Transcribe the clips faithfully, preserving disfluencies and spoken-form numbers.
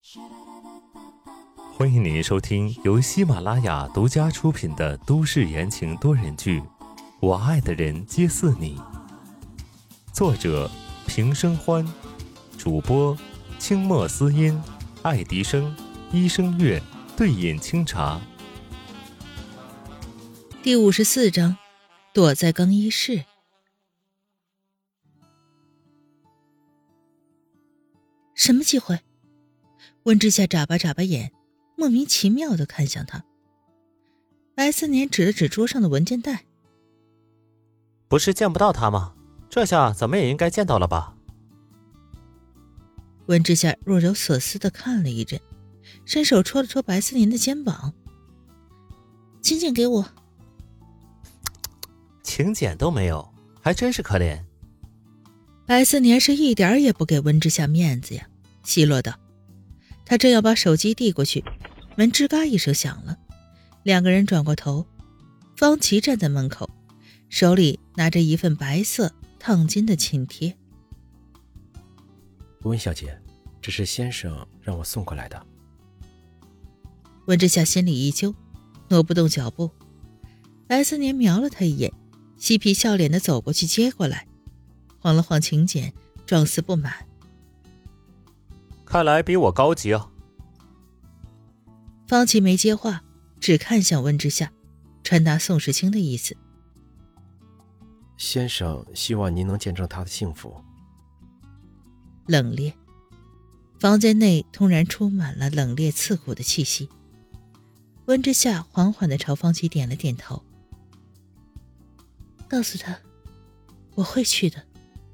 欢迎您收听由喜马拉雅独家出品的都市言情多人剧《我爱的人皆似你》，作者平生欢，主播清墨思音、爱迪生、医生月、对饮清茶。 第五十四章，躲在更衣室。什么机会？温之夏眨巴眨巴眼，莫名其妙地看向他。白思年指了指桌上的文件袋， 不是见不到他吗？这下怎么也应该见到了吧？ 温之夏若有所思地看了一阵，伸手戳了戳白思年的肩膀。请柬给我。 请柬都没有，还真是可怜。 白思年是一点也不给温之夏面子呀，奚落道。他正要把手机递过去，门吱嘎一声响了，两个人转过头，方琦站在门口，手里拿着一份白色烫金的请帖。 温小姐，这是先生让我送过来的。 温之夏心里一揪，挪不动脚步。白思年瞄了他一眼，嬉皮笑脸地走过去接过来，晃了晃请柬，状似不满。 看来比我高级啊。 方琦没接话，只看向温之夏，传达宋时清的意思。 先生希望您能见证他的幸福。 冷冽，房间内突然充满了冷冽刺骨的气息。温之夏缓缓地朝方琦点了点头。告诉他，我会去的。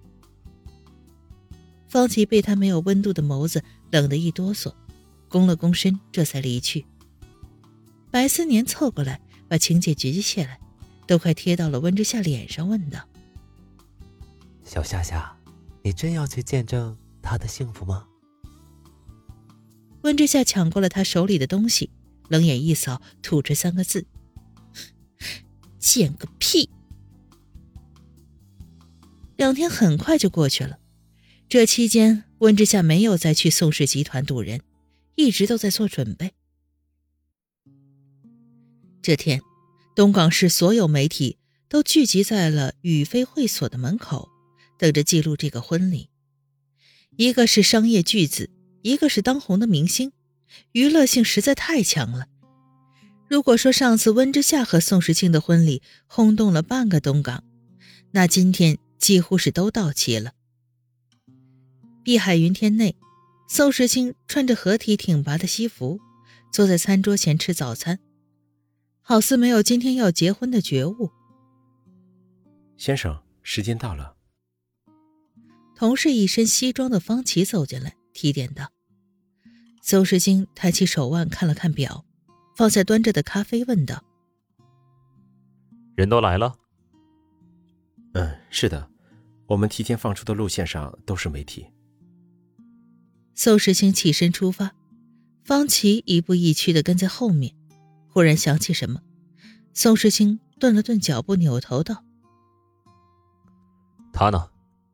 方琦被他没有温度的眸子冷得一哆嗦，躬了躬身，这才离去。白思年凑过来，把请柬举起来，都快贴到了温之夏脸上，问道： 小夏夏，你真要去见证他的幸福吗？ 温之夏抢过了他手里的东西，冷眼一扫，吐着三个字：见个屁。两天很快就过去了，这期间温之夏没有再去宋氏集团堵人，一直都在做准备。这天，东港市所有媒体都聚集在了宇飞会所的门口，等着记录这个婚礼。一个是商业巨子，一个是当红的明星，娱乐性实在太强了。如果说上次温之夏和宋时清的婚礼轰动了半个东港，那今天几乎是都到齐了。碧海云天内，宋时清穿着合体挺拔的西服，坐在餐桌前吃早餐，好似没有今天要结婚的觉悟。 先生，时间到了。 同是一身西装的方琦走进来，提点道。宋时清抬起手腕看了看表，放下端着的咖啡，问道： 人都来了？ 嗯，是的，我们提前放出的路线上都是媒体。 宋时清起身出发，方琦一步一趋地跟在后面。忽然想起什么，宋时清顿了顿脚步，扭头道： 他呢？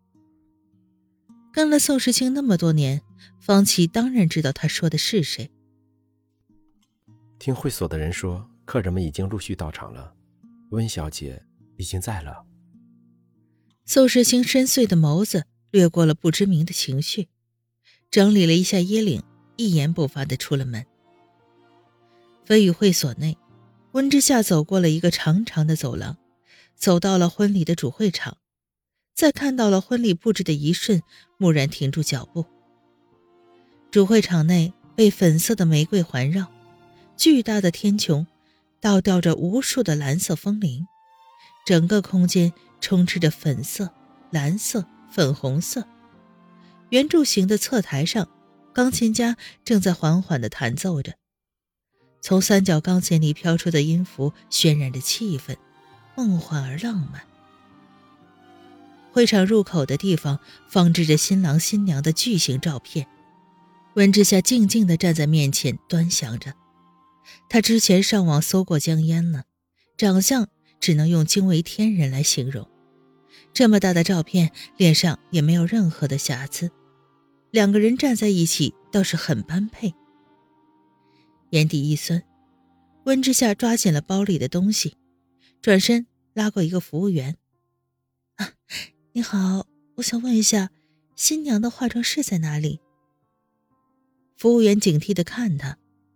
跟了宋时清那么多年，方琦当然知道他说的是谁。 听会所的人说，客人们已经陆续到场了，温小姐已经在了。 宋时清深邃的眸子掠过了不知名的情绪，整理了一下衣领，一言不发地出了门。飞宇会所内，温之夏走过了一个长长的走廊，走到了婚礼的主会场，在看到了婚礼布置的一瞬，蓦然停住脚步。主会场内被粉色的玫瑰环绕，巨大的天穹倒吊着无数的蓝色风铃，整个空间充斥着粉色、蓝色、粉红色。圆柱形的侧台上，钢琴家正在缓缓地弹奏着，从三角钢琴里飘出的音符渲染着气氛，梦幻而浪漫。会场入口的地方放置着新郎新娘的巨型照片，温之夏静静地站在面前端详着。他之前上网搜过江烟了，长相只能用惊为天人来形容。这么大的照片，脸上也没有任何的瑕疵。两个人站在一起， 倒是很般配。眼底一酸，温之夏抓紧了包里的东西，转身拉过一个服务员：“啊，你好，我想问一下，新娘的化妆室在哪里？”服务员警惕地看他：“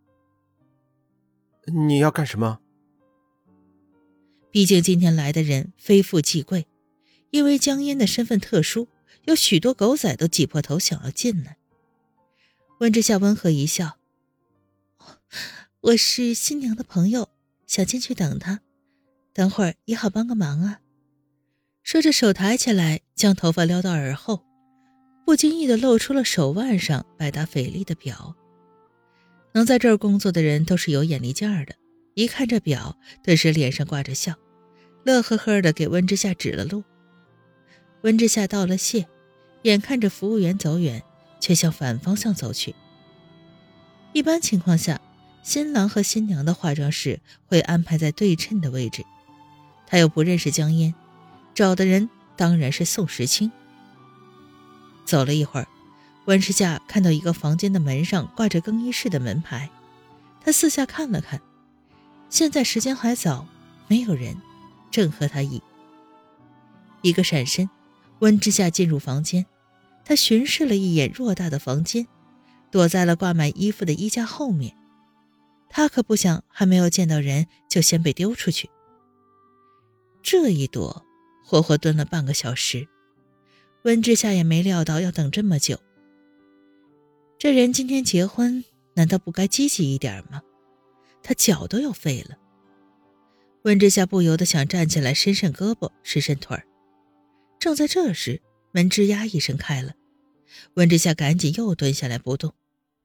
你要干什么？” 毕竟今天来的人非富即贵，因为江烟的身份特殊，有许多狗仔都挤破头想要进来。温之夏温和一笑：“我是新娘的朋友，想进去等她，等会儿也好帮个忙啊。”说着手抬起来，将头发撩到耳后，不经意地露出了手腕上百达翡丽的表。能在这儿工作的人都是有眼力劲儿的，一看这表，顿时脸上挂着笑，乐呵呵地给温之夏指了路。温之夏道了谢，眼看着服务员走远，却向反方向走去。一般情况下，新郎和新娘的化妆室会安排在对称的位置，他又不认识江烟，找的人当然是宋时清。走了一会儿，温之夏看到一个房间的门上挂着更衣室的门牌，他四下看了看，现在时间还早，没有人，正合他意。一个闪身，温之夏进入房间，他巡视了一眼偌大的房间，躲在了挂满衣服的衣架后面。他可不想还没有见到人就先被丢出去。这一躲，活活蹲了半个小时，温之夏也没料到要等这么久。这人今天结婚，难道不该积极一点吗？他脚都要废了。温之夏不由得想站起来伸伸胳膊伸伸腿儿。正在这时，门吱呀一声开了，温之夏赶紧又蹲下来不动。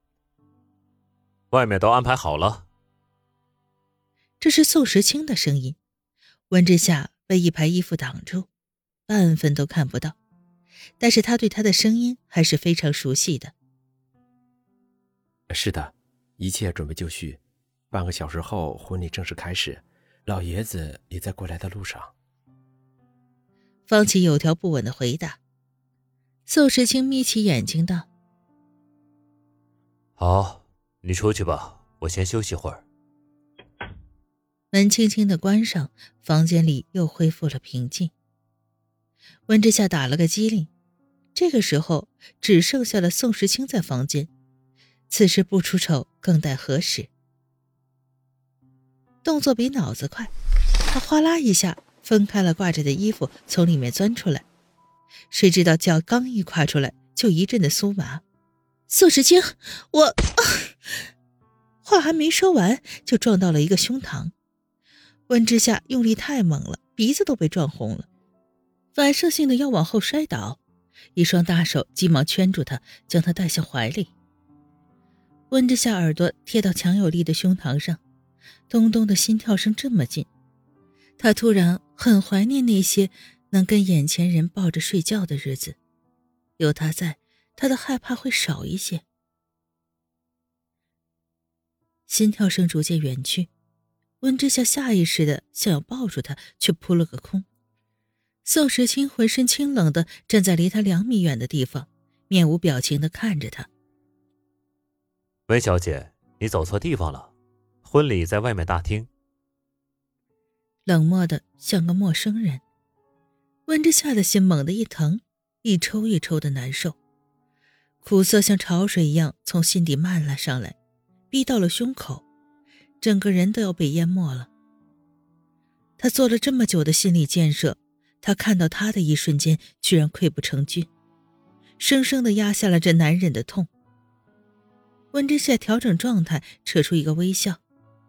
外面都安排好了。 这是宋时清的声音，温之夏被一排衣服挡住，半分都看不到，但是他对他的声音还是非常熟悉的。 是的，一切准备就绪，半个小时后婚礼正式开始，老爷子也在过来的路上。 方琦有条不紊地回答。宋时清眯起眼睛道：“ 好，你出去吧，我先休息会儿。” 门轻轻地关上，房间里又恢复了平静。温之夏打了个激灵，这个时候只剩下了宋时清在房间，此时不出丑更待何时？动作比脑子快，他哗啦一下分开了挂着的衣服，从里面钻出来。谁知道脚刚一跨出来，就一阵的酥麻。宋时清，我、啊、话还没说完，就撞到了一个胸膛。温之夏用力太猛了，鼻子都被撞红了，反射性的要往后摔倒，一双大手急忙圈住他，将他带向怀里。温之夏耳朵贴到强有力的胸膛上，咚咚的心跳声这么近，他突然很怀念那些能跟眼前人抱着睡觉的日子，有他在，他的害怕会少一些。心跳声逐渐远去，温之夏下意识的想要抱住他，却扑了个空。宋时清浑身清冷的站在离他两米远的地方，面无表情的看着他。 温小姐，你走错地方了，婚礼在外面大厅。 冷漠的像个陌生人。温之夏的心猛地一疼，一抽一抽的难受，苦涩像潮水一样从心底漫了上来，逼到了胸口，整个人都要被淹没了。他做了这么久的心理建设，他看到他的一瞬间居然溃不成军，生生地压下了这难忍的痛。温之夏调整状态，扯出一个微笑：“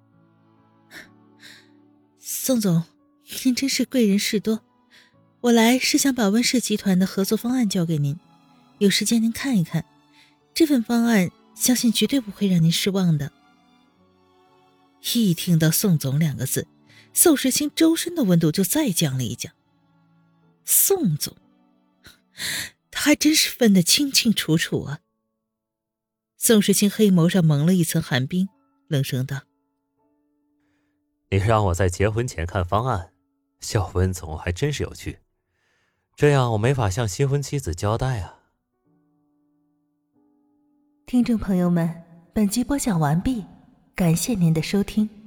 宋总，您真是贵人事多，我来是想把温氏集团的合作方案交给您，有时间您看一看，这份方案相信绝对不会让您失望的。”一听到宋总两个字，宋时清周身的温度就再降了一降。宋总，他还真是分得清清楚楚啊。宋时清黑眸上蒙了一层寒冰，冷声道：“ 你让我在结婚前看方案，小温总还真是有趣，这样我没法向新婚妻子交代啊。” 听众朋友们，本集播讲完毕，感谢您的收听。